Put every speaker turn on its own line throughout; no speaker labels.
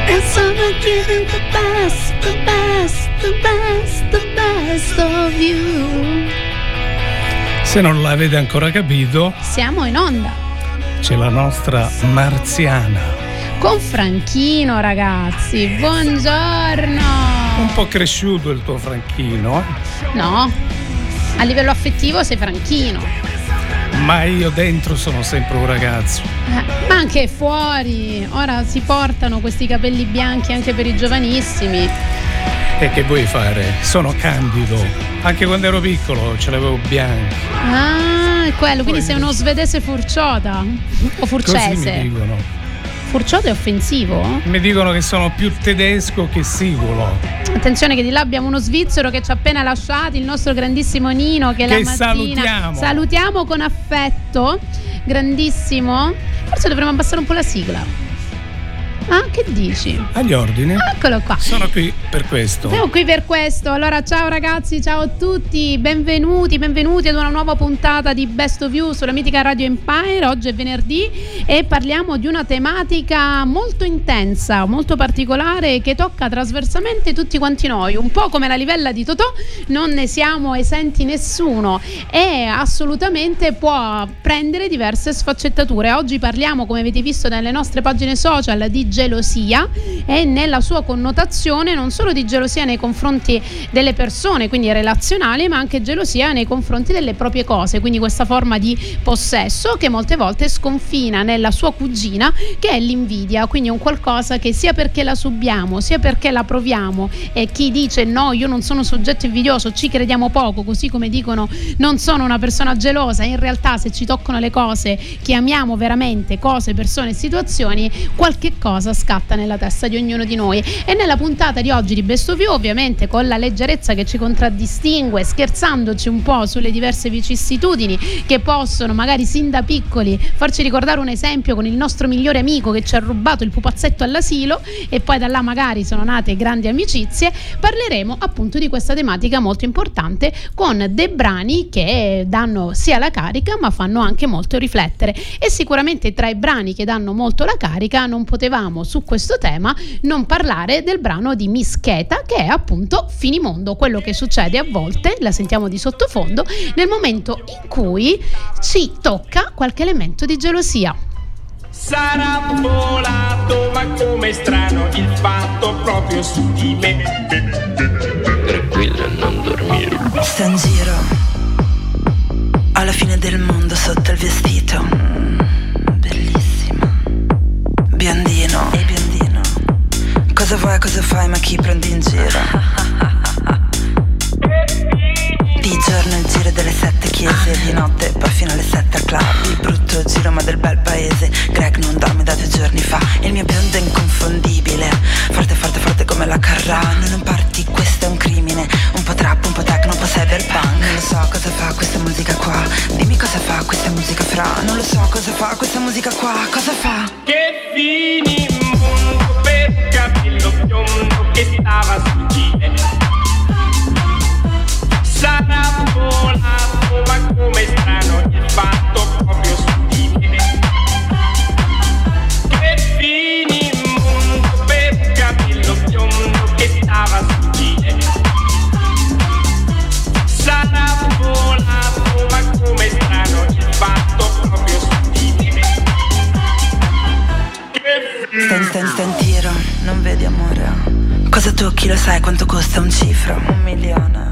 Cause I'ma give you the best, the best, the best, the best of you.
Se non l'avete ancora capito,
siamo in onda.
C'è la nostra Marziana.
Con Franchino, ragazzi. Buongiorno.
Un po' cresciuto il tuo Franchino,
No, a livello affettivo sei Franchino.
Ma io dentro sono sempre un ragazzo.
Ma anche fuori. Ora si portano questi capelli bianchi anche per i giovanissimi.
E che vuoi fare? Sono candido. Anche quando ero piccolo ce l'avevo bianco.
Ah, è quello. Quindi sei uno svedese furciota o furcese?
Così mi dicono.
Furciota è offensivo?
Mi dicono che sono più tedesco che sicuro.
Attenzione che di là abbiamo uno svizzero che ci ha appena lasciati, il nostro grandissimo Nino, che la mattina salutiamo con affetto. Grandissimo. Forse dovremmo abbassare un po' la sigla. Ah, che dici?
Agli ordini.
Eccolo qua.
Sono qui per questo.
Siamo qui per questo. Allora, ciao ragazzi, ciao a tutti. Benvenuti ad una nuova puntata di Best of You sulla mitica Radio Empire. Oggi è venerdì e parliamo di una tematica molto intensa, molto particolare, che tocca trasversalmente tutti quanti noi. Un po' come la livella di Totò, non ne siamo esenti nessuno e assolutamente può prendere diverse sfaccettature. Oggi parliamo, come avete visto nelle nostre pagine social, di gelosia e nella sua connotazione non solo di gelosia nei confronti delle persone, quindi relazionale, ma anche gelosia nei confronti delle proprie cose, quindi questa forma di possesso che molte volte sconfina nella sua cugina, che è l'invidia, quindi un qualcosa che sia perché la subiamo sia perché la proviamo, e chi dice no, io non sono un soggetto invidioso, ci crediamo poco, così come dicono non sono una persona gelosa. In realtà se ci toccano le cose che amiamo veramente, cose, persone e situazioni, qualche cosa scatta nella testa di ognuno di noi. E nella puntata di oggi di Best of You, ovviamente con la leggerezza che ci contraddistingue, scherzandoci un po' sulle diverse vicissitudini che possono magari sin da piccoli farci ricordare un esempio con il nostro migliore amico che ci ha rubato il pupazzetto all'asilo e poi da là magari sono nate grandi amicizie, parleremo appunto di questa tematica molto importante con dei brani che danno sia la carica ma fanno anche molto riflettere. E sicuramente tra i brani che danno molto la carica non potevamo su questo tema non parlare del brano di Miss Cheta, che è appunto Finimondo, quello che succede a volte, la sentiamo di sottofondo, nel momento in cui ci tocca qualche elemento di gelosia.
Sarà volato, ma come strano il fatto proprio su di me. Tranquilla, non dormire.
Sta in giro alla fine del mondo sotto il vestito, bellissima, biondino. Ehi biondino, cosa vuoi, cosa fai, ma chi prendi in giro? Di giorno il giro delle 7 chiese, di notte poi fino alle 7 al club. Il brutto giro ma del bel paese. Greg non dorme da 2 giorni fa. Il mio biondo è inconfondibile, forte forte forte come la Carrà. Non parti, questo è un crimine. Un po' trap, un po' techno, un po' cyberpunk. Non lo so cosa fa questa musica qua. Dimmi cosa fa questa musica fra. Non lo so cosa fa questa musica qua. Cosa fa?
Che finimondo per capello biondo che stava sul giro. Sarà volato, ma come strano il fatto proprio su di me. Che finimondo per capello biondo che stava sul giro. Sarà volato, ma come strano il fatto proprio su di me.
Sta in tiro, non vedi amore. Cosa tocchi, lo sai quanto costa un cifro? 1 milione.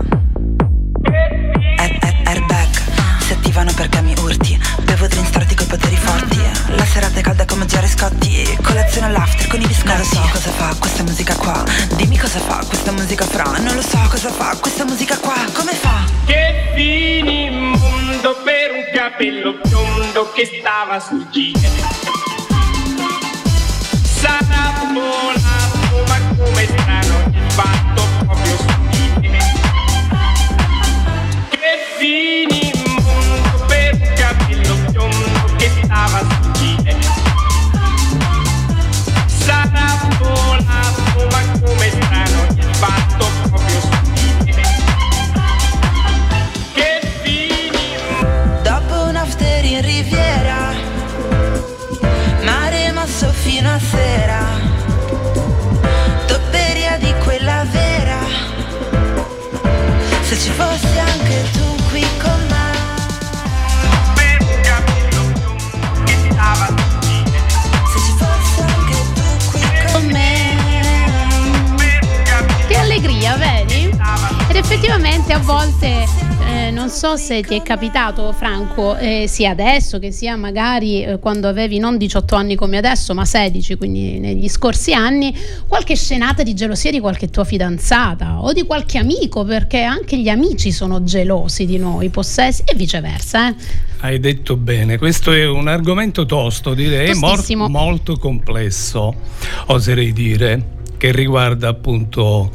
Airbag si attivano perché mi urti. Bevo drink storti coi poteri forti. La serata è calda come Jerry Scotti. Colazione all'after con i biscotti. Non lo so cosa fa questa musica qua. Dimmi cosa fa questa musica fra. Non lo so cosa fa questa musica qua. Come fa?
Che finimondo per un capello biondo che stava sul giro. Sarà volato, ma come strano il fatto proprio su di me. Che finimondo per un capello biondo che stava sul giro. Sarà volato, ma come strano il fatto proprio su di me. Che finimondo.
Dopo un after in Riviera, mare mosso fino a sera.
Ed effettivamente a volte non so se ti è capitato, Franco, sia adesso che sia magari quando avevi non 18 anni come adesso ma 16, quindi negli scorsi anni, qualche scenata di gelosia di qualche tua fidanzata o di qualche amico, perché anche gli amici sono gelosi di noi possessi e viceversa.
Hai detto bene, questo è un argomento tosto, direi molto complesso, oserei dire, che riguarda appunto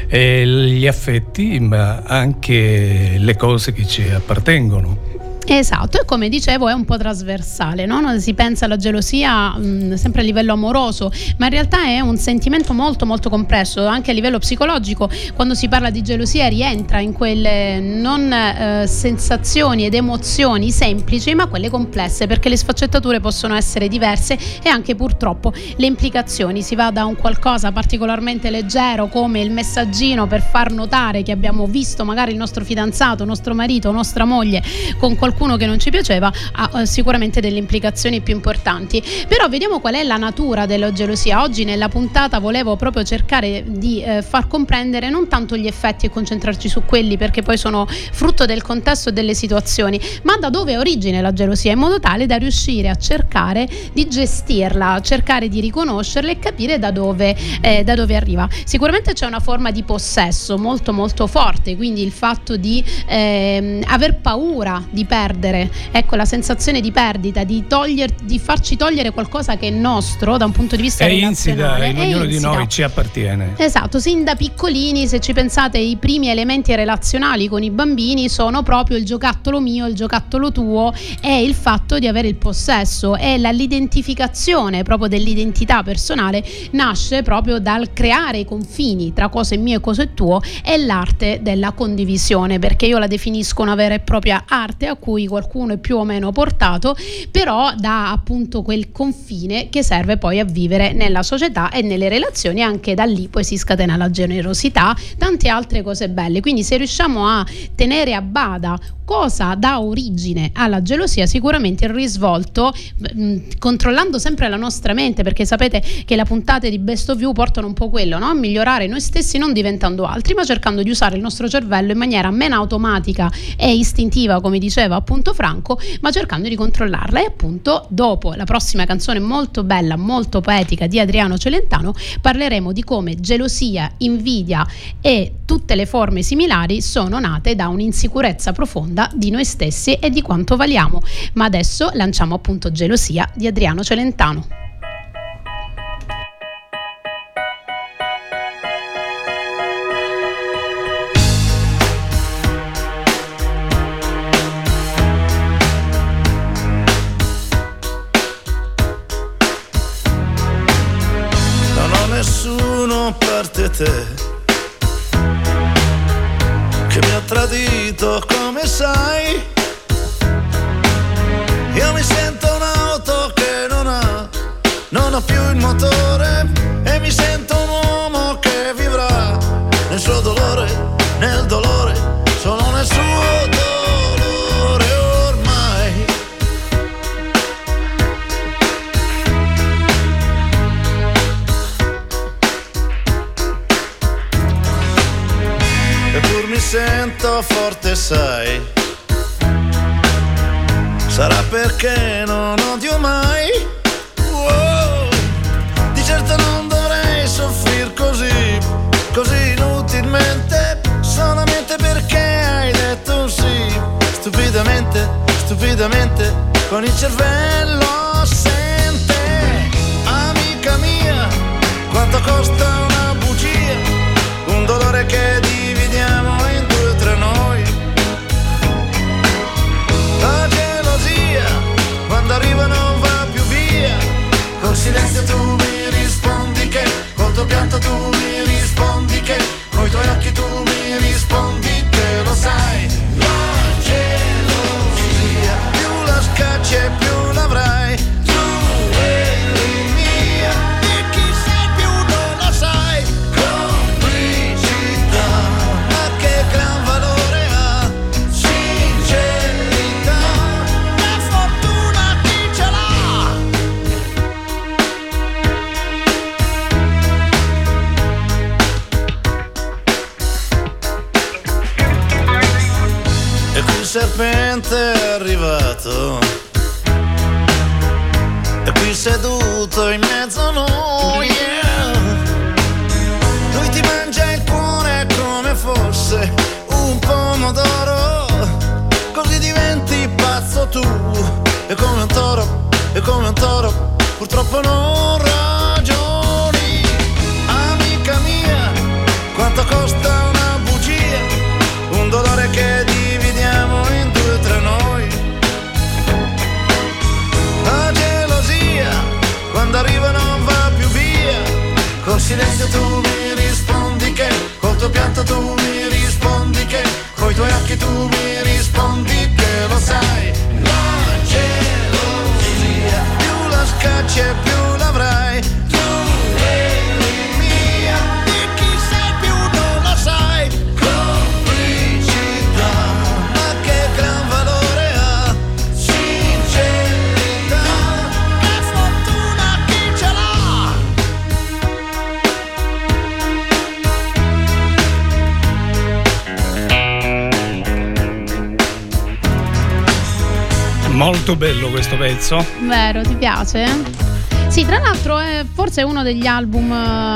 gli affetti, ma anche le cose che ci appartengono.
Esatto, e come dicevo è un po' trasversale, no? Si pensa alla gelosia sempre a livello amoroso, ma in realtà è un sentimento molto molto complesso, anche a livello psicologico. Quando si parla di gelosia rientra in quelle non sensazioni ed emozioni semplici, ma quelle complesse, perché le sfaccettature possono essere diverse e anche purtroppo le implicazioni. Si va da un qualcosa particolarmente leggero come il messaggino per far notare che abbiamo visto magari il nostro fidanzato, nostro marito, nostra moglie con qualcuno che non ci piaceva, ha sicuramente delle implicazioni più importanti. Però vediamo qual è la natura della gelosia. Oggi nella puntata volevo proprio cercare di far comprendere non tanto gli effetti e concentrarci su quelli, perché poi sono frutto del contesto e delle situazioni, ma da dove ha origine la gelosia, in modo tale da riuscire a cercare di gestirla, cercare di riconoscerla e capire da dove arriva. Sicuramente c'è una forma di possesso molto molto forte, quindi il fatto di aver paura di perdere, ecco, la sensazione di perdita, di farci togliere qualcosa che è nostro da un punto di vista relazionale.
Insita, ognuno di noi ci appartiene.
Esatto, sin da piccolini, se ci pensate, i primi elementi relazionali con i bambini sono proprio il giocattolo mio, il giocattolo tuo, e il fatto di avere il possesso, e l'identificazione proprio dell'identità personale nasce proprio dal creare i confini tra cosa è mio e cosa è tuo, e l'arte della condivisione, perché io la definisco una vera e propria arte a cui qualcuno è più o meno portato, però dà appunto quel confine che serve poi a vivere nella società e nelle relazioni. Anche da lì poi si scatena la generosità, tante altre cose belle. Quindi se riusciamo a tenere a bada cosa dà origine alla gelosia, sicuramente il risvolto, controllando sempre la nostra mente, perché sapete che le puntate di Best of You portano un po' quello, no? A migliorare noi stessi, non diventando altri, ma cercando di usare il nostro cervello in maniera meno automatica e istintiva, come diceva appunto Franco, ma cercando di controllarla. E appunto dopo la prossima canzone molto bella, molto poetica di Adriano Celentano, parleremo di come gelosia, invidia e tutte le forme similari sono nate da un'insicurezza profonda di noi stessi e di quanto valiamo. Ma adesso lanciamo appunto Gelosia di Adriano Celentano.
Non ho nessuno a parte te che mi ha tradito, come sai. Io mi sento un'auto che non ha più il motore, e mi sento un uomo che vivrà nel suo dolore, nel dolore, solo nel suo dolore ormai. Eppur mi sento forte, sai, sarà perché non odio mai. Wow. Di certo non dovrei soffrir così inutilmente, solamente perché hai detto un sì. Stupidamente, con il cervello assente. Amica mia, quanto costa una bugia, un dolore che dividiamo in due tra noi. La gelosia, quando arriva non va più via. Col silenzio tu mi rispondi che, col tuo pianto tu mi rispondi che, coi tuoi occhi tu mi rispondi che lo sai. La gelosia, più la scacci e più l'avrai. Tu eri mia, e chi sei più non lo sai. serpente è arrivato e qui seduto in mezzo a noi, yeah. Lui ti mangia il cuore come fosse un pomodoro, così diventi pazzo tu. E come un toro, purtroppo non ragioni. Amica mia, quanto costa una bugia, un dolore che dividiamo in due tra noi. La gelosia, quando arriva non va più via, col silenzio tu mi rispondi che, col tuo pianto tu mi rispondi che, coi tuoi occhi tu mi rispondi che lo sai. La gelosia, più la scacci e più l'avrai. Tu eri mia, di chi sei più non lo sai. Complicità, ma che gran valore ha. Sincerità, che fortuna chi ce l'ha.
Molto bello questo pezzo.
Vero, ti piace? Sì, tra l'altro è forse uno degli album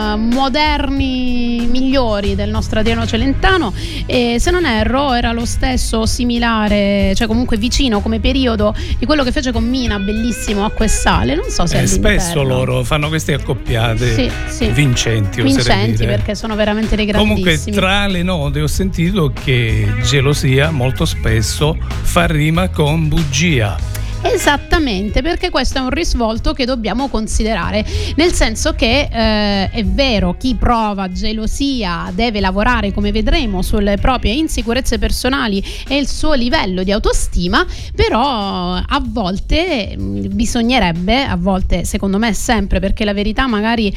moderni migliori del nostro Adriano Celentano, e se non erro era lo stesso similare, cioè comunque vicino come periodo di quello che fece con Mina, bellissimo, Acqua e Sale. Non so se
spesso loro fanno queste accoppiate vincenti dire.
Perché sono veramente dei grandissimi.
Comunque tra le note ho sentito che gelosia molto spesso fa rima con bugia.
Esattamente, perché questo è un risvolto che dobbiamo considerare, nel senso che è vero, chi prova gelosia deve lavorare, come vedremo, sulle proprie insicurezze personali e il suo livello di autostima, però a volte bisognerebbe, a volte secondo me sempre, perché la verità magari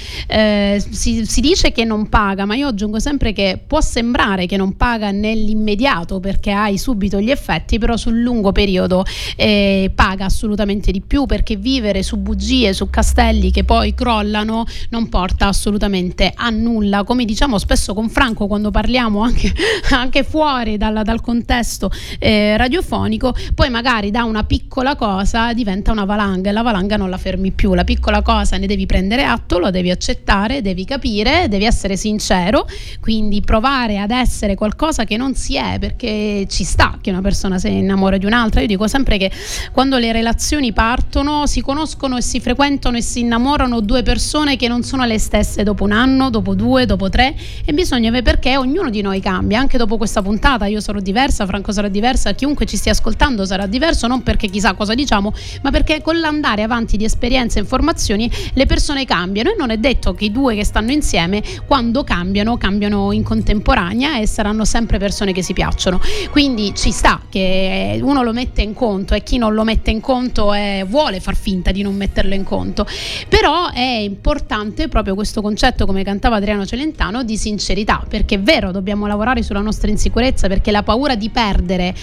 si dice che non paga, ma io aggiungo sempre che può sembrare che non paga nell'immediato perché hai subito gli effetti, però sul lungo periodo paga assolutamente di più, perché vivere su bugie, su castelli che poi crollano non porta assolutamente a nulla, come diciamo spesso con Franco quando parliamo anche fuori dal contesto radiofonico. Poi magari da una piccola cosa diventa una valanga e la valanga non la fermi più. La piccola cosa ne devi prendere atto, lo devi accettare, devi capire, devi essere sincero, quindi provare ad essere qualcosa che non si è, perché ci sta che una persona si innamora di un'altra. Io dico sempre che quando le relazioni partono, si conoscono e si frequentano e si innamorano due persone che non sono le stesse dopo un anno, dopo 2, dopo 3, e bisogna vedere, perché ognuno di noi cambia. Anche dopo questa puntata io sarò diversa, Franco sarà diversa, chiunque ci stia ascoltando sarà diverso, non perché chissà cosa diciamo, ma perché con l'andare avanti di esperienze e informazioni le persone cambiano, e non è detto che i due che stanno insieme quando cambiano in contemporanea e saranno sempre persone che si piacciono. Quindi ci sta che uno lo mette in conto, e chi non lo mette in conto vuole far finta di non metterlo in conto. Però è importante proprio questo concetto, come cantava Adriano Celentano, di sincerità, perché è vero, dobbiamo lavorare sulla nostra insicurezza, perché la paura di perdere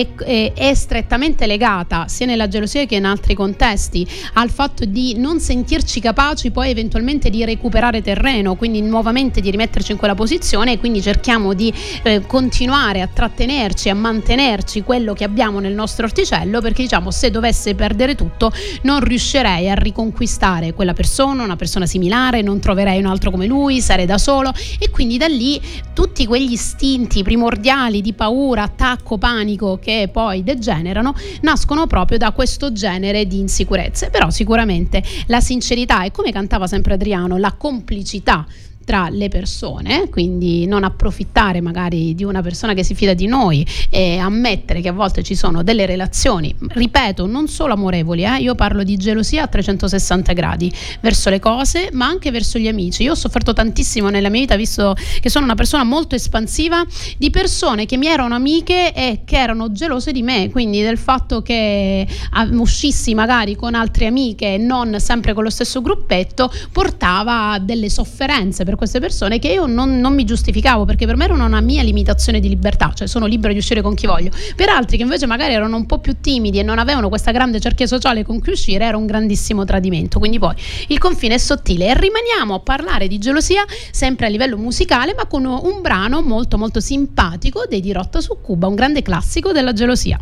è strettamente legata, sia nella gelosia che in altri contesti, al fatto di non sentirci capaci poi eventualmente di recuperare terreno, quindi nuovamente di rimetterci in quella posizione, e quindi cerchiamo di continuare a trattenerci, a mantenerci quello che abbiamo nel nostro orticello, perché diciamo, se dovesse perdere tutto non riuscirei a riconquistare quella persona, una persona similare, non troverei un altro come lui, sarei da solo, e quindi da lì tutti quegli istinti primordiali di paura, attacco, panico che poi degenerano nascono proprio da questo genere di insicurezze. Però sicuramente la sincerità e, come cantava sempre Adriano, la complicità tra le persone, quindi non approfittare magari di una persona che si fida di noi, e ammettere che a volte ci sono delle relazioni, ripeto, non solo amorevoli, io parlo di gelosia a 360 gradi verso le cose, ma anche verso gli amici. Io ho sofferto tantissimo nella mia vita, visto che sono una persona molto espansiva, di persone che mi erano amiche e che erano gelose di me, quindi del fatto che uscissi magari con altre amiche e non sempre con lo stesso gruppetto portava a delle sofferenze per queste persone che io non mi giustificavo, perché per me era una mia limitazione di libertà, cioè sono libero di uscire con chi voglio. Per altri che invece magari erano un po' più timidi e non avevano questa grande cerchia sociale con cui uscire, era un grandissimo tradimento. Quindi poi il confine è sottile e rimaniamo a parlare di gelosia sempre a livello musicale, ma con un brano molto molto simpatico dei Dirotta su Cuba, un grande classico della gelosia.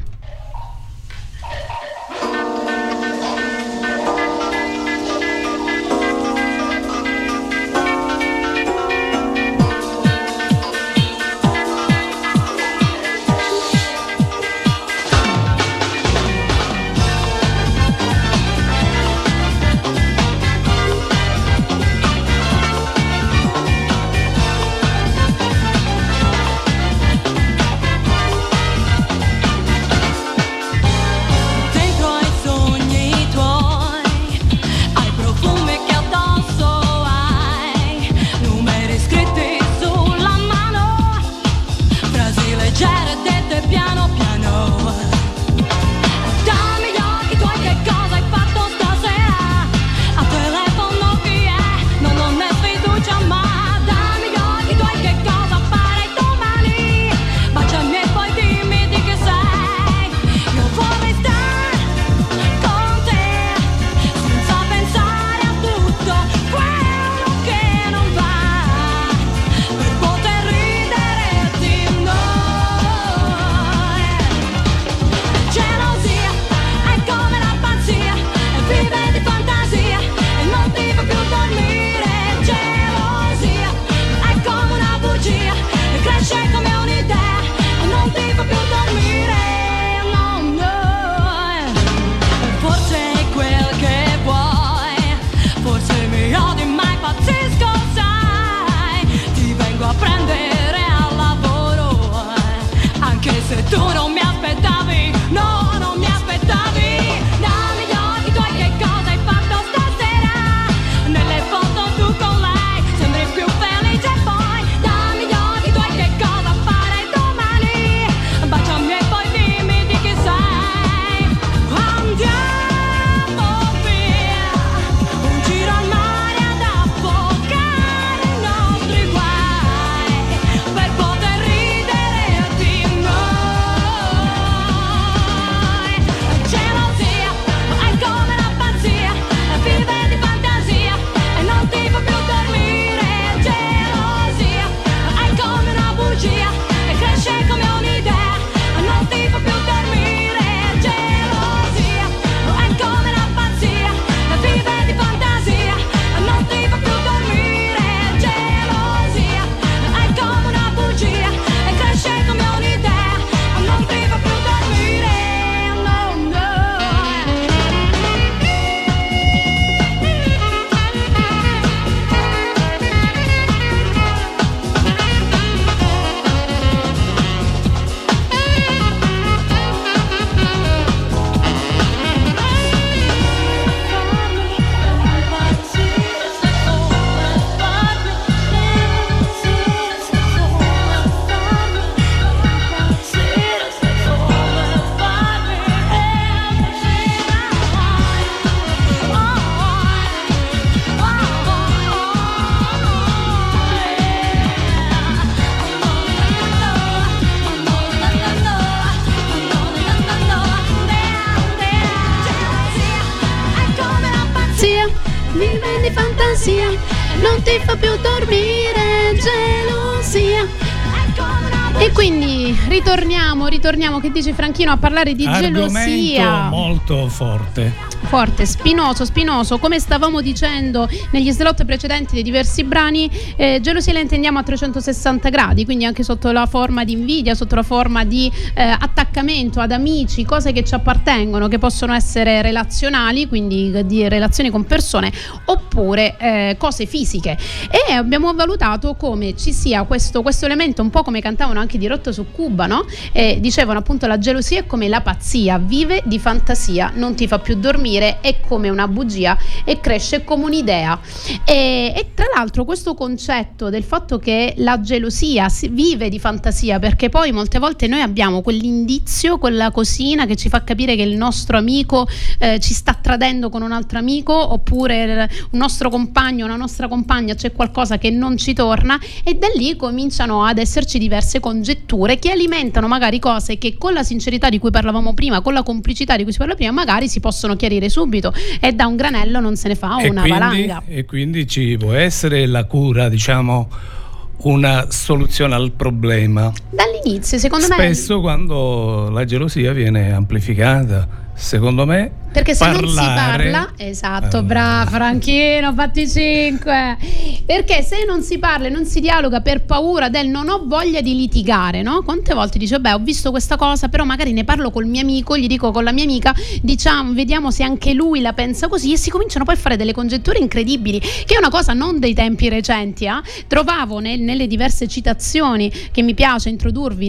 fantasia, non ti fa più dormire, gelosia.
E quindi ritorniamo, che dice Franchino, a parlare di gelosia.
Argomento molto forte,
spinoso, come stavamo dicendo negli slot precedenti dei diversi brani. Gelosia la intendiamo a 360 gradi, quindi anche sotto la forma di invidia, sotto la forma di attaccamento ad amici, cose che ci appartengono, che possono essere relazionali, quindi di relazioni con persone, oppure cose fisiche. E abbiamo valutato come ci sia questo elemento, un po' come cantavano anche dirotto su Cuba, no? Dicevano appunto la gelosia è come la pazzia, vive di fantasia, non ti fa più dormire, è come una bugia e cresce come un'idea. E tra l'altro questo concetto del fatto che la gelosia vive di fantasia, perché poi molte volte noi abbiamo quell'indizio, quella cosina che ci fa capire che il nostro amico ci sta tradendo con un altro amico, oppure un nostro compagno, una nostra compagna, c'è qualcosa che non ci torna, e da lì cominciano ad esserci diverse congetture che alimentano magari cose che con la sincerità di cui parlavamo prima, con la complicità di cui si parla prima, magari si possono chiarire subito, e da un granello non se ne fa una valanga.
E quindi ci può essere la cura, diciamo, una soluzione al problema
dall'inizio, secondo me.
Spesso quando la gelosia viene amplificata, secondo me,
perché se non si parla, esatto, bravo Franchino, fatti 5. Perché se non si parla e non si dialoga per paura del non ho voglia di litigare, no? Quante volte dice, beh, ho visto questa cosa, però magari ne parlo col mio amico, gli dico con la mia amica, diciamo, vediamo se anche lui la pensa così, e si cominciano poi a fare delle congetture incredibili, che è una cosa non dei tempi recenti, trovavo nelle diverse citazioni che mi piace introdurvi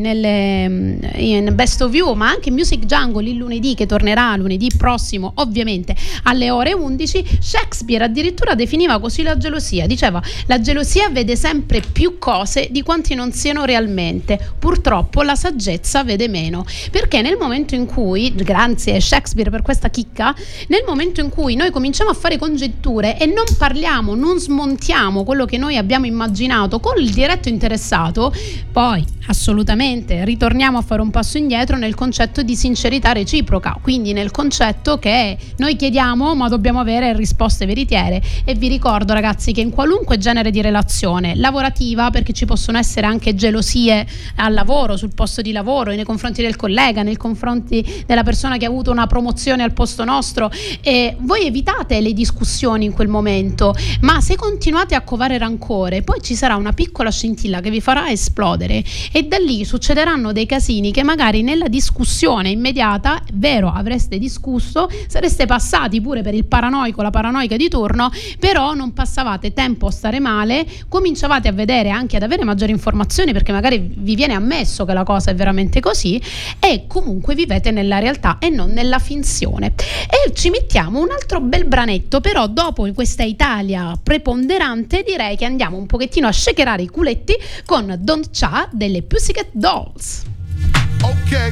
in Best of You, ma anche Music Jungle il lunedì, che tornerà lunedì prossimo ovviamente alle ore 11. Shakespeare addirittura definiva così la gelosia, diceva: la gelosia vede sempre più cose di quanti non siano realmente, purtroppo la saggezza vede meno. Perché nel momento in cui, grazie a Shakespeare per questa chicca, nel momento in cui noi cominciamo a fare congetture e non parliamo, non smontiamo quello che noi abbiamo immaginato con il diretto interessato, poi assolutamente ritorniamo a fare un passo indietro nel concetto di sincerità reciproca, quindi nel concetto che noi chiediamo ma dobbiamo avere risposte veritiere. E vi ricordo, ragazzi, che in qualunque genere di relazione lavorativa, perché ci possono essere anche gelosie al lavoro, sul posto di lavoro, nei confronti del collega, nei confronti della persona che ha avuto una promozione al posto nostro, voi evitate le discussioni in quel momento, ma se continuate a covare rancore, poi ci sarà una piccola scintilla che vi farà esplodere, e da lì succederanno dei casini che magari nella discussione immediata, vero, avreste discusso, sareste passati pure per il paranoico, la paranoica di turno, però non passavate tempo a stare male, cominciavate a vedere, anche ad avere maggiori informazioni, perché magari vi viene ammesso che la cosa è veramente così, e comunque vivete nella realtà e non nella finzione. E ci mettiamo un altro bel branetto, però dopo questa Italia preponderante direi che andiamo un pochettino a shakerare i culetti con Don't Cha delle Pussycat Dolls.
Okay.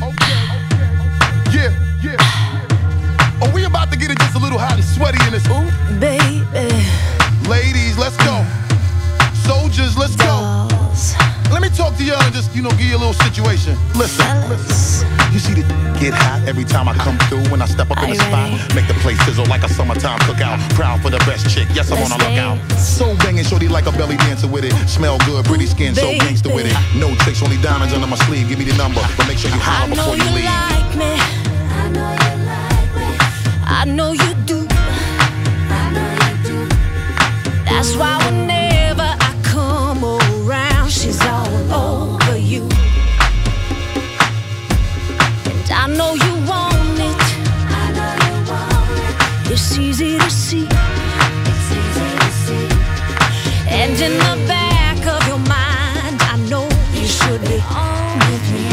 Yeah. Are we about to get it just a little hot and sweaty in this? Ooh, baby. Ladies, let's go. Soldiers, let's go. Let me talk to y'all and just, give you a little situation. Listen. You see the get hot every time I come through. When I step up in the spot, make the place sizzle like a summertime cookout. Proud for the best chick, yes, I'm on a lookout. So banging, shorty like a belly dancer with it. Smell good, pretty skin, so gangster with it. No tricks, only diamonds under my sleeve. Give me the number, but make sure you holler before you leave.
Like me. I know you like me. I know you do. I know you do. That's why whenever I come around, she's all over you. And I know you want it. I know you want it. It's easy to see. It's easy to see. And in the back of your mind, I know you should be on with me.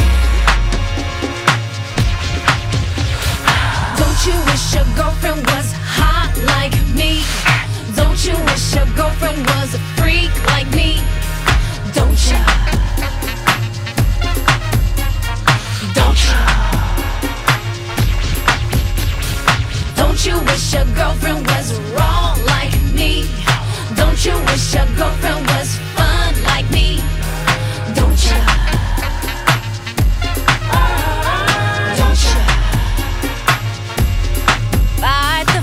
Don't you wish your girlfriend was hot like me? Don't you wish your girlfriend was a freak like me? Don't you? Don't you? Don't you wish your girlfriend was wrong like me? Don't you wish your girlfriend was fun like me? Don't you? Don't you? Fight the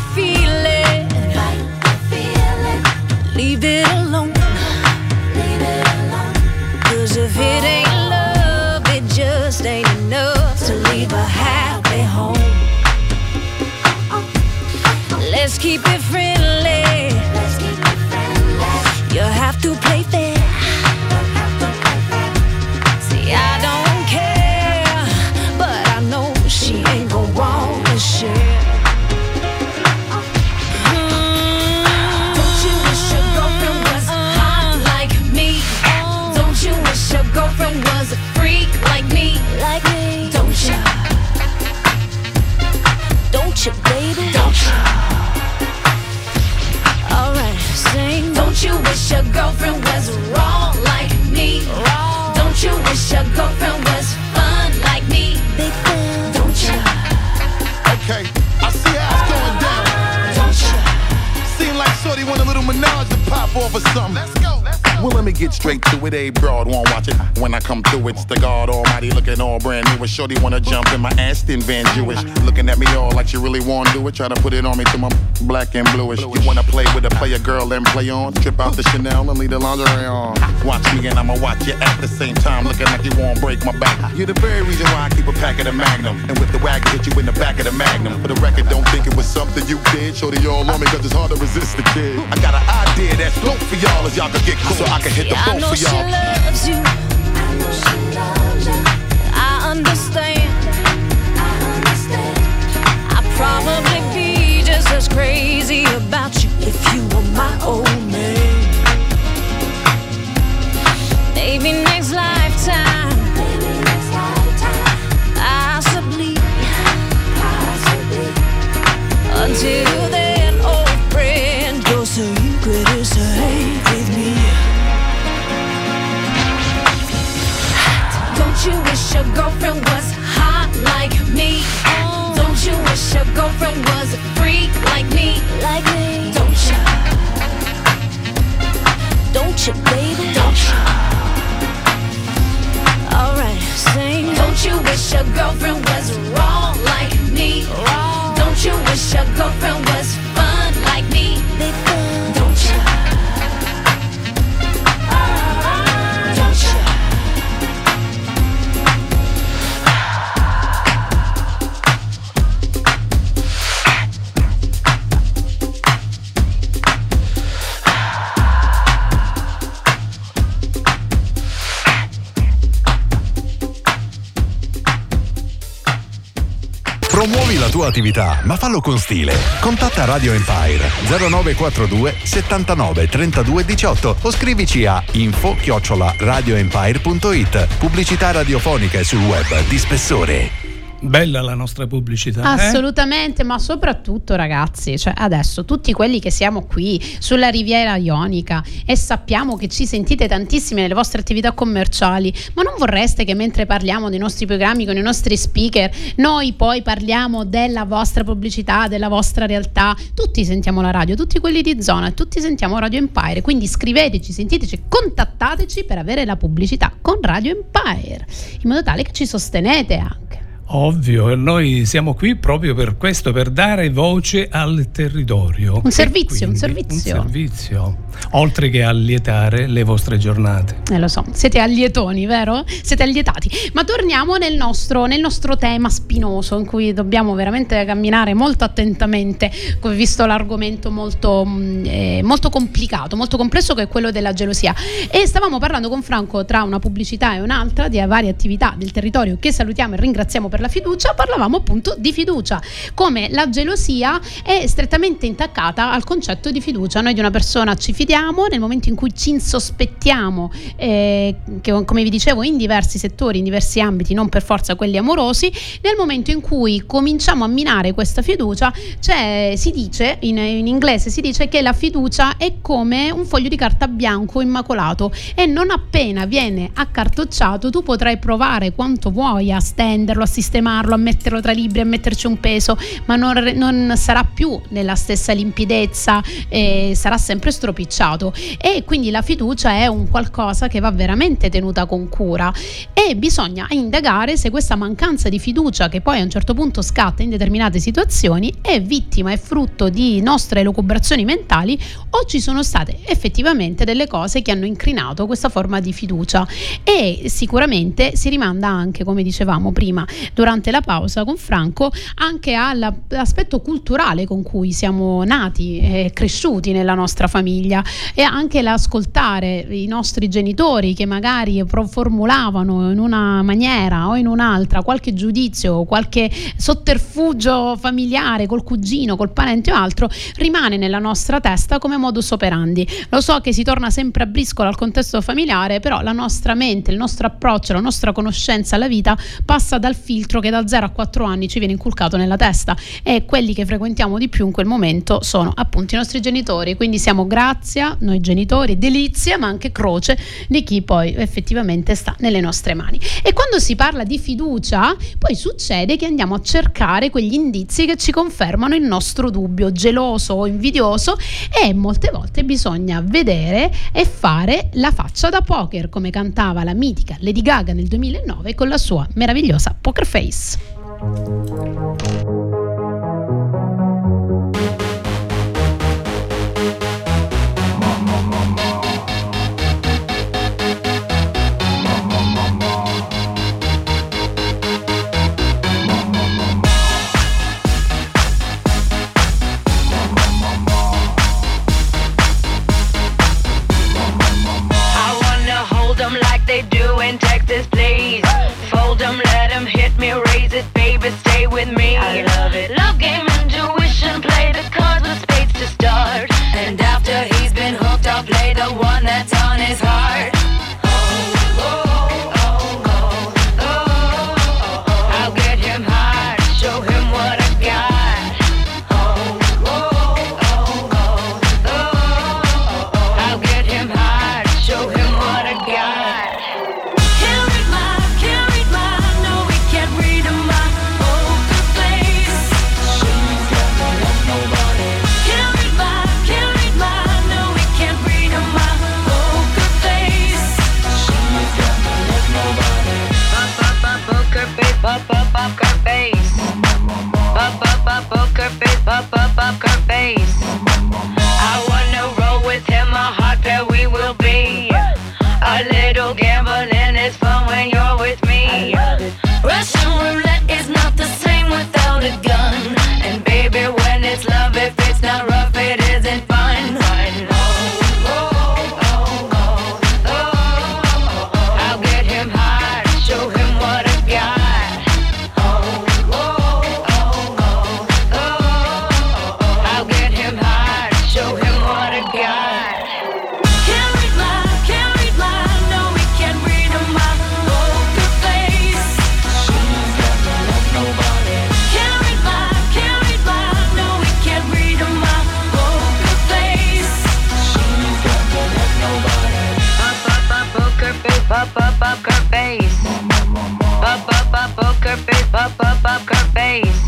girlfriend was wrong like me? Don't you wish your girlfriend was fun like me? Don't you?
Okay, I see how it's going down.
Don't you?
Seem like shorty want a little menage to pop off or something. Let's go. Well, let me get straight to it. A broad won't watch it. When I come through, it's the God Almighty looking all brand new. And shorty wanna jump in my Aston Van Jewish. Looking at me all like she really wanna do it. Try to put it on me till my black and bluish. You wanna play with a player girl and play on? Trip out the Chanel and leave the lingerie on. Watch me and I'ma watch you at the same time. Looking like you won't break my back. You're the very reason why I keep a pack of the Magnum. And with the wagon, hit you in the back of the Magnum. For the record, don't think it was something you did. Shorty all on me cause it's hard to resist the kid. I got an idea that's dope for y'all as y'all can get cool. So I can hit the boat for y'all.
She loves you. I know she loves you. I understand. I'd probably be just as crazy about you if you were my old man. Maybe next lifetime. Possibly. Until then, old friend, your secret is safe with me. Don't you wish your girlfriend was hot like me? Don't you wish your girlfriend was a freak like me? Like me? Don't you? Don't you, baby? Don't you? Alright, sing. Don't you wish your girlfriend was wrong like me? Don't you wish your girlfriend was fun like me? Don't you? Don't you?
Promuovi la tua attività, ma fallo con stile. Contatta Radio Empire 0942 79 32 18 o scrivici a info@radioempire.it. Pubblicità radiofonica e sul web di spessore.
Bella la nostra pubblicità.
Assolutamente, ma soprattutto ragazzi, cioè adesso tutti quelli che siamo qui sulla Riviera Ionica e sappiamo che ci sentite tantissime nelle vostre attività commerciali, ma non vorreste che mentre parliamo dei nostri programmi con i nostri speaker noi poi parliamo della vostra pubblicità, della vostra realtà? Tutti sentiamo la radio, tutti quelli di zona, tutti sentiamo Radio Empire, quindi scriveteci, sentiteci, contattateci per avere la pubblicità con Radio Empire, in modo tale che ci sostenete anche.
Ovvio, noi siamo qui proprio per questo, per dare voce al territorio.
Un servizio.
Un servizio, oltre che allietare le vostre giornate.
Lo so, siete allietoni, vero? Siete allietati. Ma torniamo nel nostro tema spinoso, in cui dobbiamo veramente camminare molto attentamente, visto l'argomento molto complicato, molto complesso, che è quello della gelosia. E stavamo parlando con Franco, tra una pubblicità e un'altra, di varie attività del territorio che salutiamo e ringraziamo per la fiducia. Parlavamo appunto di fiducia, come la gelosia è strettamente intaccata al concetto di fiducia. Noi di una persona ci fidiamo nel momento in cui ci insospettiamo, che come vi dicevo in diversi settori, in diversi ambiti, non per forza quelli amorosi. Nel momento in cui cominciamo a minare questa fiducia, si dice in inglese si dice che la fiducia è come un foglio di carta bianco immacolato, e non appena viene accartocciato tu potrai provare quanto vuoi a stenderlo, a sistemarlo, a metterlo tra libri, a metterci un peso, ma non sarà più nella stessa limpidezza, sarà sempre stropicciato. E quindi la fiducia è un qualcosa che va veramente tenuta con cura, e bisogna indagare se questa mancanza di fiducia, che poi a un certo punto scatta in determinate situazioni, è vittima, è frutto di nostre elucubrazioni mentali, o ci sono state effettivamente delle cose che hanno incrinato questa forma di fiducia. E sicuramente si rimanda anche, come dicevamo prima durante la pausa con Franco, anche all'aspetto culturale con cui siamo nati e cresciuti nella nostra famiglia, e anche l'ascoltare i nostri genitori che magari formulavano in una maniera o in un'altra qualche giudizio, qualche sotterfugio familiare col cugino, col parente o altro, rimane nella nostra testa come modus operandi. Lo so che si torna sempre a briscola al contesto familiare, però la nostra mente, il nostro approccio, la nostra conoscenza alla vita passa dal filtro filtro che da 0 a 4 anni ci viene inculcato nella testa, e quelli che frequentiamo di più in quel momento sono appunto i nostri genitori, quindi siamo grazia, noi genitori, delizia, ma anche croce di chi poi effettivamente sta nelle nostre mani. E quando si parla di fiducia, poi succede che andiamo a cercare quegli indizi che ci confermano il nostro dubbio geloso o invidioso, e molte volte bisogna vedere e fare la faccia da poker, come cantava la mitica Lady Gaga nel 2009 con la sua meravigliosa Poker Face.
They do in Texas, please. Fold them, let them hit me, raise it, baby, stay with me. I love it. Love game, intuition, play the cards with spades to start. And after he's been hooked, I'll play the one that's on his heart. I'll get him high, show him what I got. I'll get him high, show him what I got. Poker face, poker face, poker face. I wanna roll with him, a hot pair we will be. A little gambling is fun when you're with me. Russian roulette is not the same without a gun. And baby, when it's love, if it's not rough, it isn't fun. I'll get him high, show him what I got. Poker face, poker face, poker face.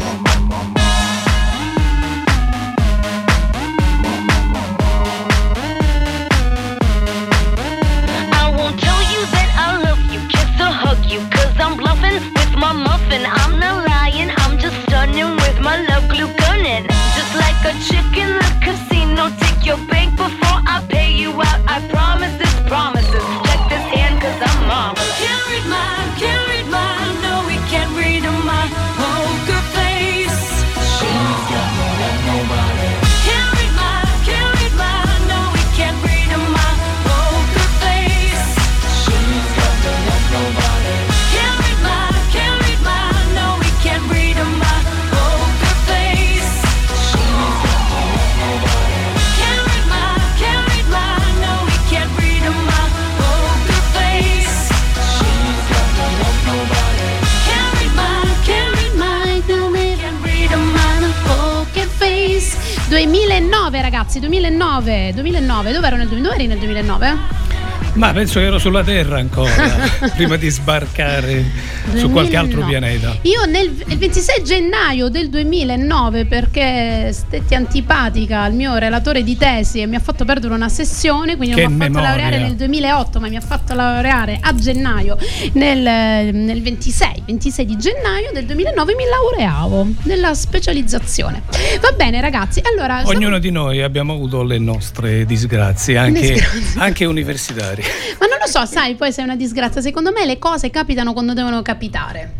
I won't tell you that I love you, kiss or hug you, 'cause I'm bluffing with my muffin. I'm not lying, I'm just stunning with my love glue gunning. Just like a chick in the casino, take your bank before I pay you out. I promise this promises. Check this hand 'cause I'm marvelous. Can't read mine, no we can't read my poker face. She's got more than nobody. Can't read mine, no we can't read my poker face. She's got more than nobody. Can't read mine, no we can't read my poker face. She's got more than nobody. Can't read mine, no we can't read my poker face. She's got more than nobody. Can't read mine, no we can't read my poker face.
2009 ragazzi, 2009, dove ero dove eri nel 2009?
Ma penso che ero sulla Terra ancora prima di sbarcare su qualche altro pianeta.
Io il 26 gennaio del 2009, perché stetti antipatica al mio relatore di tesi e mi ha fatto perdere una sessione, quindi non mi ha fatto laureare nel 2008, ma mi ha fatto laureare a gennaio nel 26 di gennaio del 2009 mi laureavo nella specializzazione. Va bene ragazzi, allora
ognuno di noi abbiamo avuto le nostre disgrazie, anche universitarie.
Ma non lo so, sai, poi se è una disgrazia, secondo me le cose capitano quando devono capitare.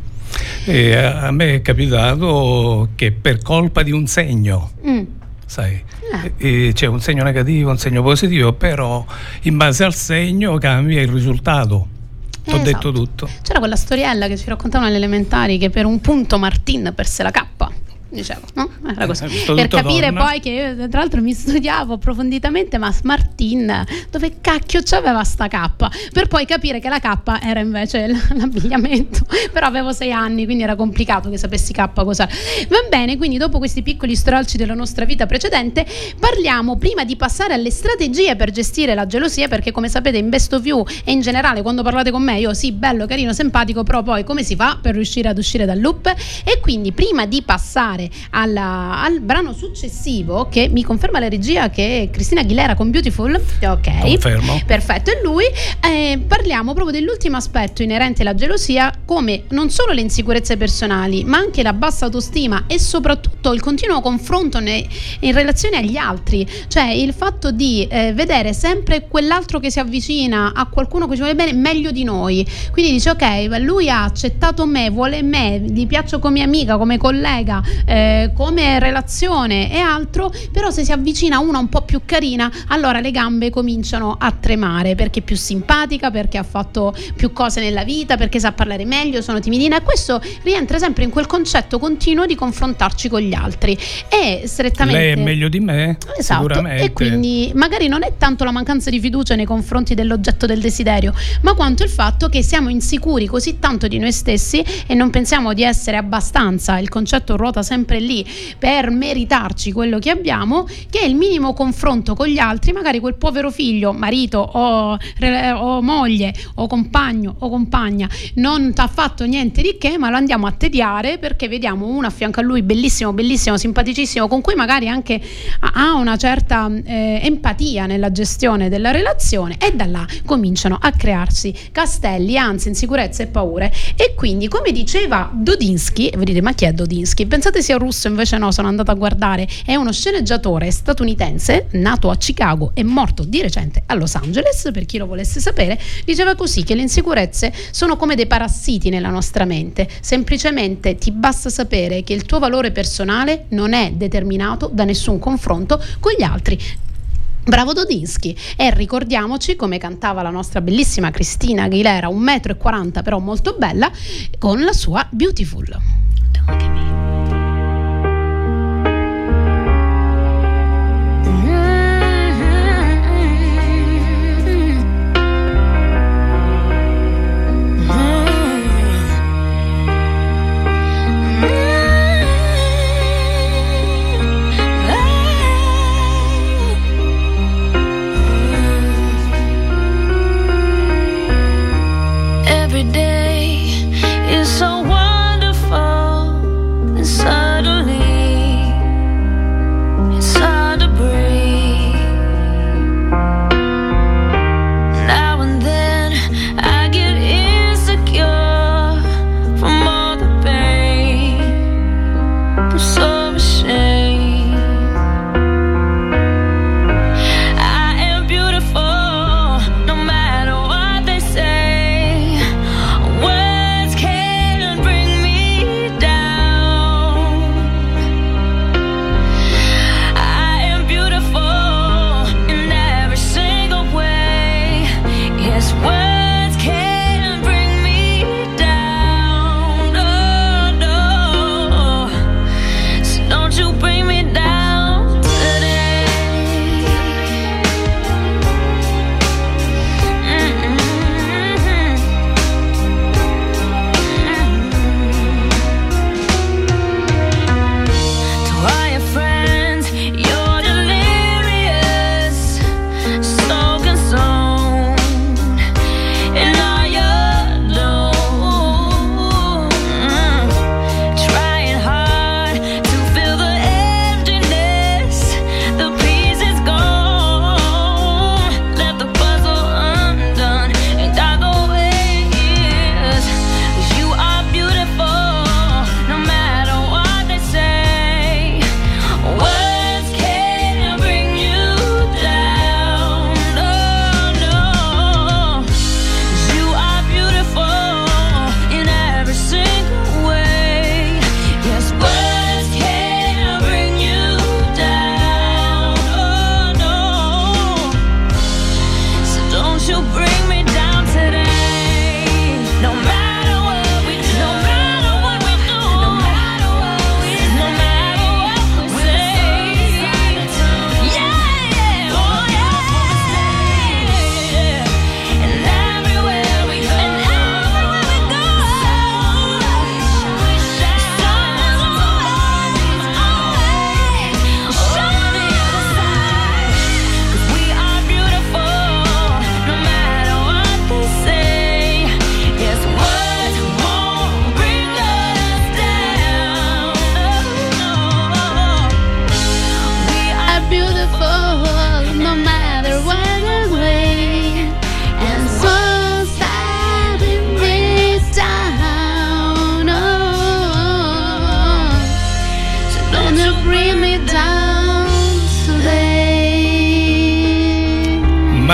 A me è capitato che per colpa di un segno, sai, c'è un segno negativo, un segno positivo, però in base al segno cambia il risultato. Ho detto tutto.
C'era quella storiella che ci raccontavano alle elementari che per un punto Martin perse la cappa. dicevo, no? Era così. Per capire poi che io, tra l'altro, mi studiavo approfonditamente ma Martin dove cacchio c'aveva sta K, per poi capire che la K era invece l'abbigliamento, però avevo 6 anni, quindi era complicato che sapessi K cosa. Va bene, quindi dopo questi piccoli stralci della nostra vita precedente parliamo, prima di passare alle strategie per gestire la gelosia, perché come sapete in Best of You e in generale quando parlate con me io sì, bello, carino, simpatico, però poi come si fa per riuscire ad uscire dal loop? E quindi prima di passare al brano successivo, che mi conferma la regia che è Cristina Aguilera con Beautiful, ok,
confermo,
perfetto, è lui, parliamo proprio dell'ultimo aspetto inerente alla gelosia, come non solo le insicurezze personali ma anche la bassa autostima e soprattutto il continuo confronto in relazione agli altri, cioè il fatto di vedere sempre quell'altro che si avvicina a qualcuno che ci vuole bene meglio di noi, quindi dice ok, lui ha accettato me, vuole me, gli piaccio come amica, come collega, come relazione e altro, però se si avvicina una un po' più carina, allora le gambe cominciano a tremare perché è più simpatica, perché ha fatto più cose nella vita, perché sa parlare meglio, sono timidina, e questo rientra sempre in quel concetto continuo di confrontarci con gli altri. E strettamente
lei è meglio di me,
esatto,
sicuramente,
e quindi magari non è tanto la mancanza di fiducia nei confronti dell'oggetto del desiderio, ma quanto il fatto che siamo insicuri così tanto di noi stessi e non pensiamo di essere abbastanza, il concetto ruota sempre lì, per meritarci quello che abbiamo, che il minimo confronto con gli altri, magari quel povero figlio, marito o moglie o compagno o compagna non ti ha fatto niente di che, ma lo andiamo a tediare perché vediamo uno a fianco a lui bellissimo, bellissimo, simpaticissimo, con cui magari anche ha una certa empatia nella gestione della relazione, e da là cominciano a crearsi castelli, anzi insicurezze e paure. E quindi, come diceva Dodinsky, e voi dite ma chi è Dodinsky? Pensate sia russo, invece no, sono andata a guardare, è uno sceneggiatore statunitense nato a Chicago e morto di recente a Los Angeles, per chi lo volesse sapere. Diceva così che le insicurezze sono come dei parassiti nella nostra mente, semplicemente ti basta sapere che il tuo valore personale non è determinato da nessun confronto con gli altri. Bravo Dodinsky. E ricordiamoci come cantava la nostra bellissima Cristina Aguilera, 1,40 m però molto bella, con la sua Beautiful. Don't look at me.
Every day is so wonderful and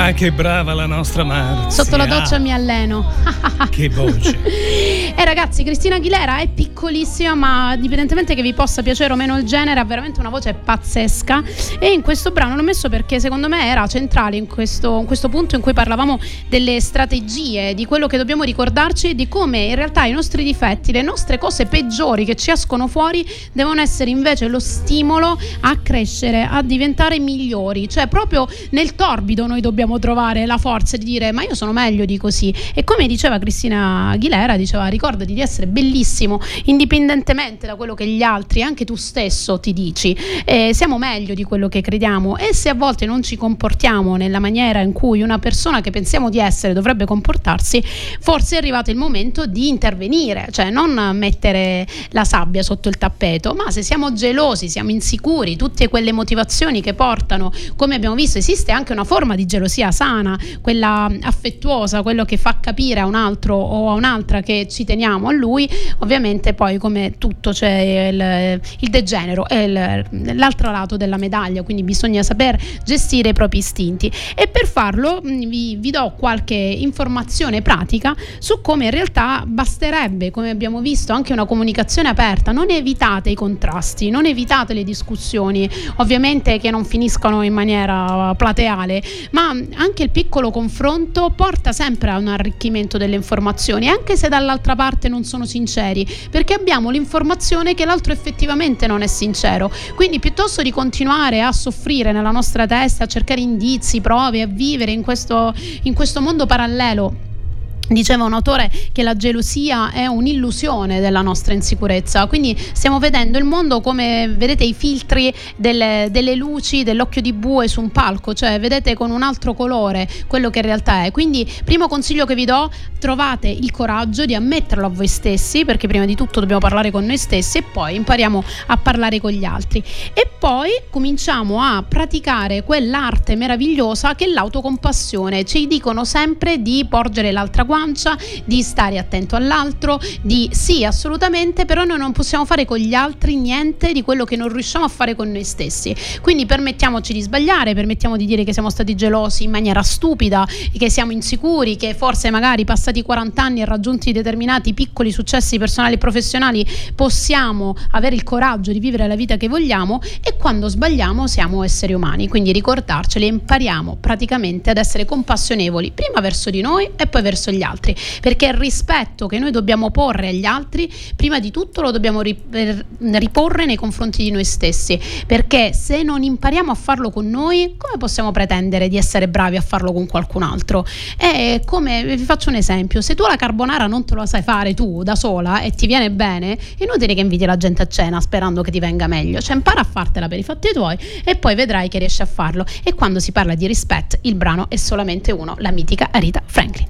Ah, che brava la nostra Marzia.
Sotto la doccia mi alleno.
Che voce.
Ragazzi, Cristina Aguilera è piccolissima, ma indipendentemente che vi possa piacere o meno il genere, ha veramente una voce pazzesca. E in questo brano l'ho messo perché secondo me era centrale in questo punto in cui parlavamo delle strategie, di quello che dobbiamo ricordarci, di come in realtà i nostri difetti, le nostre cose peggiori che ci escono fuori, devono essere invece lo stimolo a crescere, a diventare migliori. Cioè proprio nel torbido noi dobbiamo trovare la forza di dire: ma io sono meglio di così. E come diceva Cristina Aguilera, diceva: ricordati di essere bellissimo indipendentemente da quello che gli altri, anche tu stesso, ti dici. Siamo meglio di quello che crediamo, e se a volte non ci comportiamo nella maniera in cui una persona che pensiamo di essere dovrebbe comportarsi, forse è arrivato il momento di intervenire. Cioè non mettere la sabbia sotto il tappeto, ma se siamo gelosi, siamo insicuri, tutte quelle motivazioni che portano, come abbiamo visto, esiste anche una forma di gelosia sana, quella affettuosa, quello che fa capire a un altro o a un'altra che ci teniamo a lui. Ovviamente poi, come tutto, c'è il degenero, è l'altro lato della medaglia, quindi bisogna saper gestire i propri istinti. E per farlo vi do qualche informazione pratica su come in realtà basterebbe, come abbiamo visto, anche una comunicazione aperta. Non evitate i contrasti, non evitate le discussioni, ovviamente che non finiscono in maniera plateale, ma anche il piccolo confronto porta sempre a un arricchimento delle informazioni, anche se dall'altra parte non sono sinceri, perché abbiamo l'informazione che l'altro effettivamente non è sincero. Quindi piuttosto di continuare a soffrire nella nostra testa, a cercare indizi, prove, a vivere in questo mondo parallelo. Diceva un autore che la gelosia è un'illusione della nostra insicurezza, quindi stiamo vedendo il mondo come vedete i filtri delle luci dell'occhio di bue su un palco, cioè vedete con un altro colore quello che in realtà è. Quindi primo consiglio che vi do: trovate il coraggio di ammetterlo a voi stessi, perché prima di tutto dobbiamo parlare con noi stessi e poi impariamo a parlare con gli altri, e poi cominciamo a praticare quell'arte meravigliosa che è l'autocompassione. Ci dicono sempre di porgere l'altra guancia, di stare attento all'altro, di sì, assolutamente, però noi non possiamo fare con gli altri niente di quello che non riusciamo a fare con noi stessi. Quindi permettiamoci di sbagliare, permettiamo di dire che siamo stati gelosi in maniera stupida, che siamo insicuri, che forse magari passati 40 anni e raggiunti determinati piccoli successi personali e professionali possiamo avere il coraggio di vivere la vita che vogliamo, e quando sbagliamo siamo esseri umani. Quindi ricordarceli e impariamo praticamente ad essere compassionevoli prima verso di noi e poi verso gli altri, perché il rispetto che noi dobbiamo porre agli altri prima di tutto lo dobbiamo riporre nei confronti di noi stessi, perché se non impariamo a farlo con noi, come possiamo pretendere di essere bravi a farlo con qualcun altro? È come, vi faccio un esempio: se tu la carbonara non te la sai fare tu da sola e ti viene bene, è inutile che inviti la gente a cena sperando che ti venga meglio. Cioè impara a fartela per i fatti tuoi e poi vedrai che riesci a farlo. E quando si parla di rispetto, il brano è solamente uno, la mitica Aretha Franklin.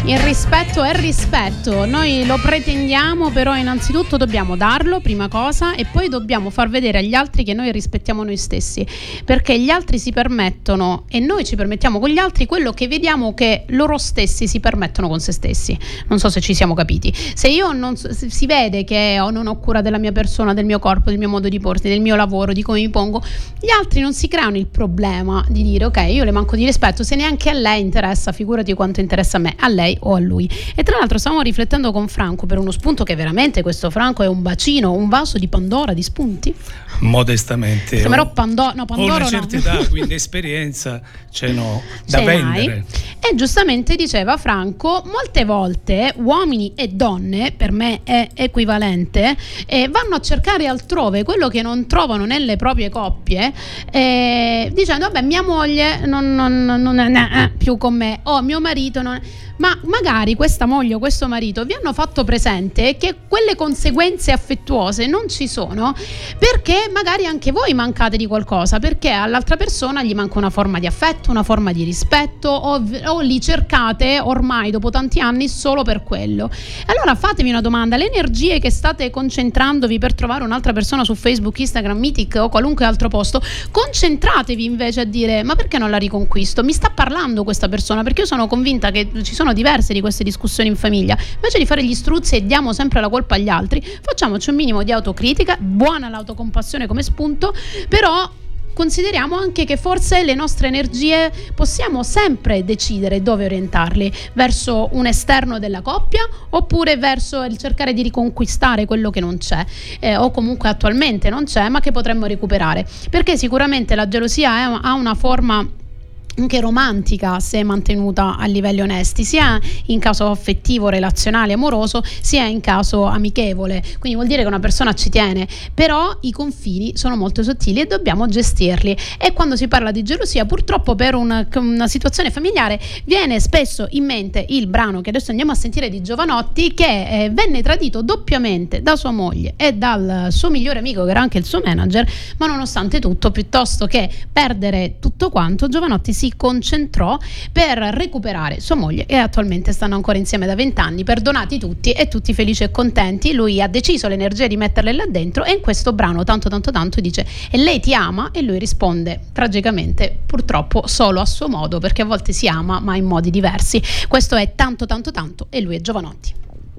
Il rispetto è rispetto, noi lo pretendiamo, però innanzitutto dobbiamo darlo, prima cosa, e poi dobbiamo far vedere agli altri che noi rispettiamo noi stessi, perché gli altri si permettono e noi ci permettiamo con gli altri quello che vediamo che loro stessi si permettono con se stessi. Non so se ci siamo capiti. Se io si vede che non ho cura della mia persona, del mio corpo, del mio modo di porsi, del mio lavoro, di come mi pongo, gli altri non si creano il problema di dire ok, io le manco di rispetto, se neanche a lei interessa, figurati quanto interessa a me, a lei o a lui. E tra l'altro stavamo riflettendo con Franco per uno spunto che veramente questo Franco è un bacino, un vaso di Pandora di spunti.
Modestamente.
Chiamerò Pandora
ho una certa età, quindi esperienza ce n'ho da vendere.
E giustamente diceva Franco, molte volte uomini e donne, per me è equivalente, vanno a cercare altrove quello che non trovano nelle proprie coppie, dicendo vabbè, mia moglie non è più con me, o mio marito non è. Ma magari questa moglie o questo marito vi hanno fatto presente che quelle conseguenze affettuose non ci sono, perché magari anche voi mancate di qualcosa, perché all'altra persona gli manca una forma di affetto, una forma di rispetto, o li cercate ormai dopo tanti anni solo per quello. Allora fatevi una domanda: le energie che state concentrandovi per trovare un'altra persona su Facebook, Instagram, Mythic o qualunque altro posto, concentratevi invece a dire ma perché non la riconquisto? Mi sta parlando questa persona? Perché io sono convinta che ci sono diverse di queste discussioni in famiglia. Invece di fare gli struzzi e diamo sempre la colpa agli altri, facciamoci un minimo di autocritica, buona l'autocompassione come spunto, però consideriamo anche che forse le nostre energie possiamo sempre decidere dove orientarli, verso un esterno della coppia oppure verso il cercare di riconquistare quello che non c'è, o comunque attualmente non c'è ma che potremmo recuperare, perché sicuramente la gelosia ha una forma anche romantica se mantenuta a livelli onesti, sia in caso affettivo, relazionale, amoroso, sia in caso amichevole. Quindi vuol dire che una persona ci tiene, però i confini sono molto sottili e dobbiamo gestirli. E quando si parla di gelosia, purtroppo per una situazione familiare viene spesso in mente il brano che adesso andiamo a sentire di Jovanotti, che venne tradito doppiamente da sua moglie e dal suo migliore amico che era anche il suo manager, ma nonostante tutto, piuttosto che perdere tutto quanto, Jovanotti si concentrò per recuperare sua moglie e attualmente stanno ancora insieme da 20 anni, perdonati tutti e tutti felici e contenti. Lui ha deciso l'energia di metterle là dentro e in questo brano tanto dice e lei ti ama, e lui risponde tragicamente purtroppo solo a suo modo, perché a volte si ama ma in modi diversi. Questo è tanto e lui è Jovanotti.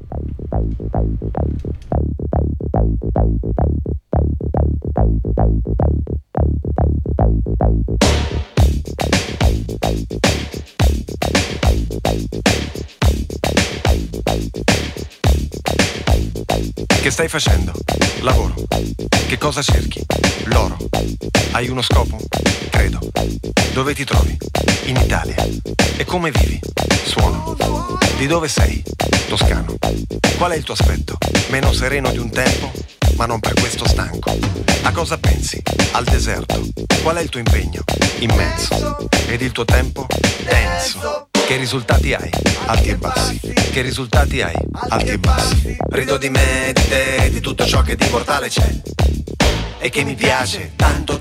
Che stai facendo? Lavoro. Che cosa cerchi? L'oro. Hai uno scopo? Credo. Dove ti trovi? In Italia. E come vivi? Suono. Di dove sei? Toscano. Qual è il tuo aspetto? Meno sereno di un tempo, ma non per questo stanco. A cosa pensi? Al deserto. Qual è il tuo impegno? Immenso. Ed il tuo tempo? Denso. Che risultati hai? Alti e bassi. Che risultati hai? Alti e bassi. Rido di me, di te, di tutto ciò che di mortale c'è e che mi piace tanto.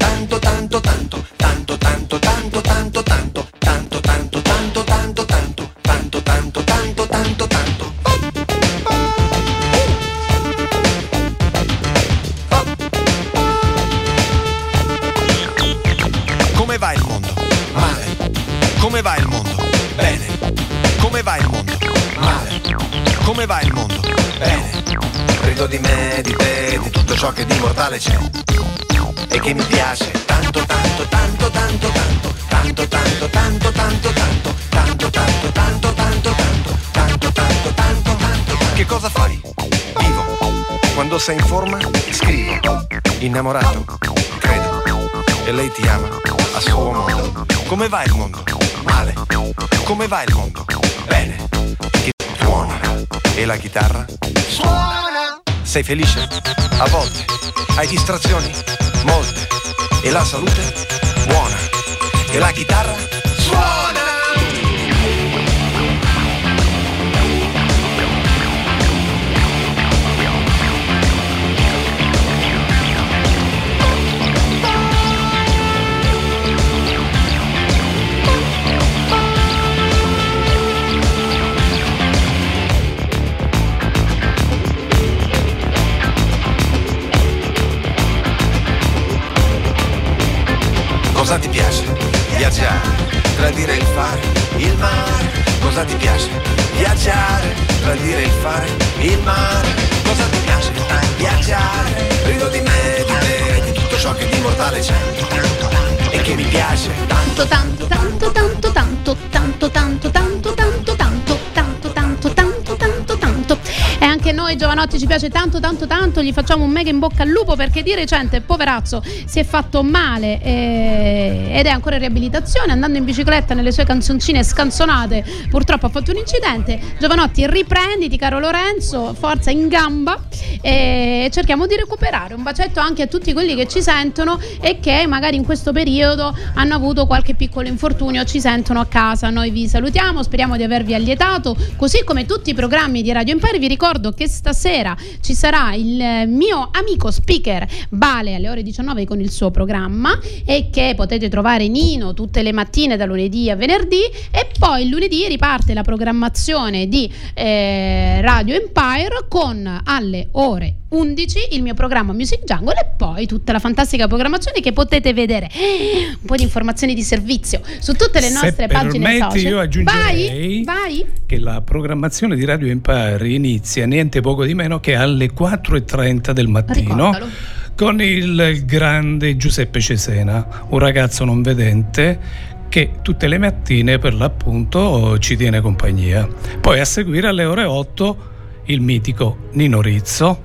Come va il mondo? Male. Come va il mondo? Bene. Come va il mondo? Male. Come va il mondo? Bene. Rido di me, di te, di tutto ciò che di mortale c'è e che mi piace tanto. Che cosa fai? Vivo. Quando sei in forma, scrivo. Innamorato? Credo. E lei ti ama a suo modo. Come va il mondo? Male. Come va il mondo? Bene. Che suona. E la chitarra? Suona. Sei felice? A volte. Hai distrazioni? Molte. E la salute? Buona. E la chitarra? Suona. Cosa ti piace? Viaggiare, tradire il fare, il mare. Cosa ti piace? Viaggiare, tradire il fare, il mare. Cosa ti piace? Viaggiare, rido di me, di te, di tutto ciò che di mortale c'è e che mi piace tanto, tanto, tanto, tanto, tanto, tanto, tanto, tanto, tanto, tanto, tanto, tanto, tanto, tanto, tanto. E anche noi giovanotti ci piace tanto, tanto, tanto. Gli facciamo un mega in bocca al lupo, perché di recente, poverazzo, si è fatto male ed è ancora in riabilitazione, andando in bicicletta nelle sue canzoncine scanzonate. Purtroppo ha fatto un incidente. Giovanotti, riprenditi, caro Lorenzo, forza in gamba, e cerchiamo di recuperare. Un bacetto anche a tutti quelli che ci sentono e che magari in questo periodo hanno avuto qualche piccolo infortunio, ci sentono a casa. Noi vi salutiamo, speriamo di avervi allietato, così come tutti i programmi di Radio Empire. Vi ricordo che stasera ci sarà il mio amico speaker Vale alle ore 19 con il suo programma, e che potete trovare Nino tutte le mattine da lunedì a venerdì, e poi il lunedì riparte la programmazione di Radio Empire con alle ore 11 il mio programma Music Jungle, e poi tutta la fantastica programmazione che potete vedere. Un po' di informazioni di servizio su tutte le nostre pagine social.
Io aggiungerei che la programmazione di Radio Empire inizia niente poco di meno che alle 4:30 del mattino.
Ricordalo.
Con il grande Giuseppe Cesena, un ragazzo non vedente che tutte le mattine per l'appunto ci tiene compagnia. Poi a seguire alle ore 8 il mitico Nino Rizzo.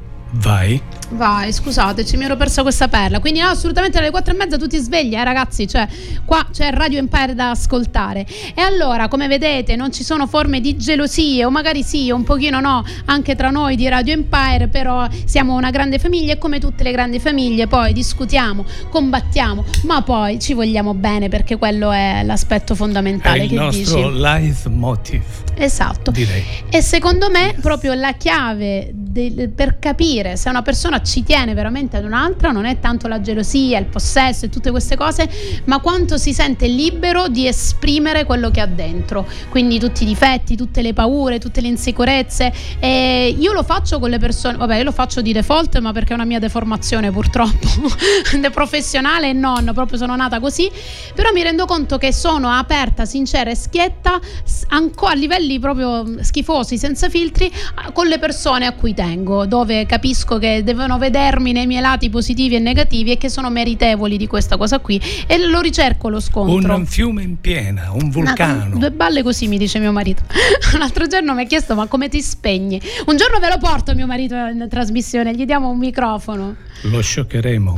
Vai, scusateci, mi ero persa questa perla. Quindi no, assolutamente alle 4:30 tutti svegli, ragazzi, cioè qua c'è Radio Empire da ascoltare. E allora, come vedete, non ci sono forme di gelosie, o magari sì, un pochino no, anche tra noi di Radio Empire, però siamo una grande famiglia, e come tutte le grandi famiglie poi discutiamo, combattiamo, ma poi ci vogliamo bene, perché quello è l'aspetto fondamentale. È il nostro leitmotiv.
Esatto.
Direi.
E secondo me proprio la chiave per capire se una persona ci tiene veramente ad un'altra non è tanto la gelosia, il possesso e tutte queste cose, ma quanto si sente libero di esprimere quello che ha dentro, quindi tutti i difetti, tutte le paure, tutte le insicurezze. E io lo faccio con le persone, vabbè, io lo faccio di default, ma perché è una mia deformazione purtroppo professionale e non, proprio sono nata così, però mi rendo conto che sono aperta, sincera e schietta ancora a livelli proprio schifosi, senza filtri, con le persone a cui tengo, dove capisco che devono vedermi nei miei lati positivi e negativi e che sono meritevoli di questa cosa qui, e lo ricerco lo scontro.
Un fiume in piena, un vulcano.
Due balle così, mi dice mio marito. L'altro giorno mi ha chiesto: ma come ti spegni? Un giorno ve lo porto mio marito in trasmissione, gli diamo un microfono.
Lo scioccheremo.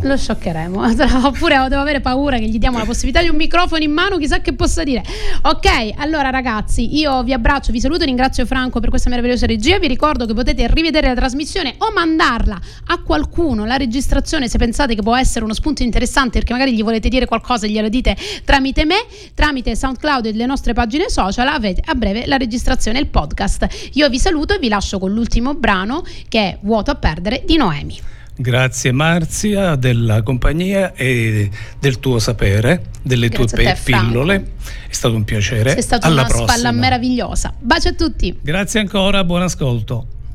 Oppure devo avere paura che gli diamo la possibilità di un microfono in mano, chissà che possa dire. Ok, allora ragazzi, io vi abbraccio, vi saluto, ringrazio Franco per questa meravigliosa regia. Vi ricordo che potete rivedere la trasmissione o mandarla a qualcuno, la registrazione, se pensate che può essere uno spunto interessante, perché magari gli volete dire qualcosa, glielo dite tramite me, tramite SoundCloud e le nostre pagine social. Avete a breve la registrazione e il podcast. Io vi saluto e vi lascio con l'ultimo brano, che è Vuoto a perdere di Noemi.
Grazie Marzia della compagnia e del tuo sapere, delle tue pillole. È stato un piacere.
Sei stata una spalla meravigliosa. Bacio a tutti.
Grazie ancora, buon ascolto.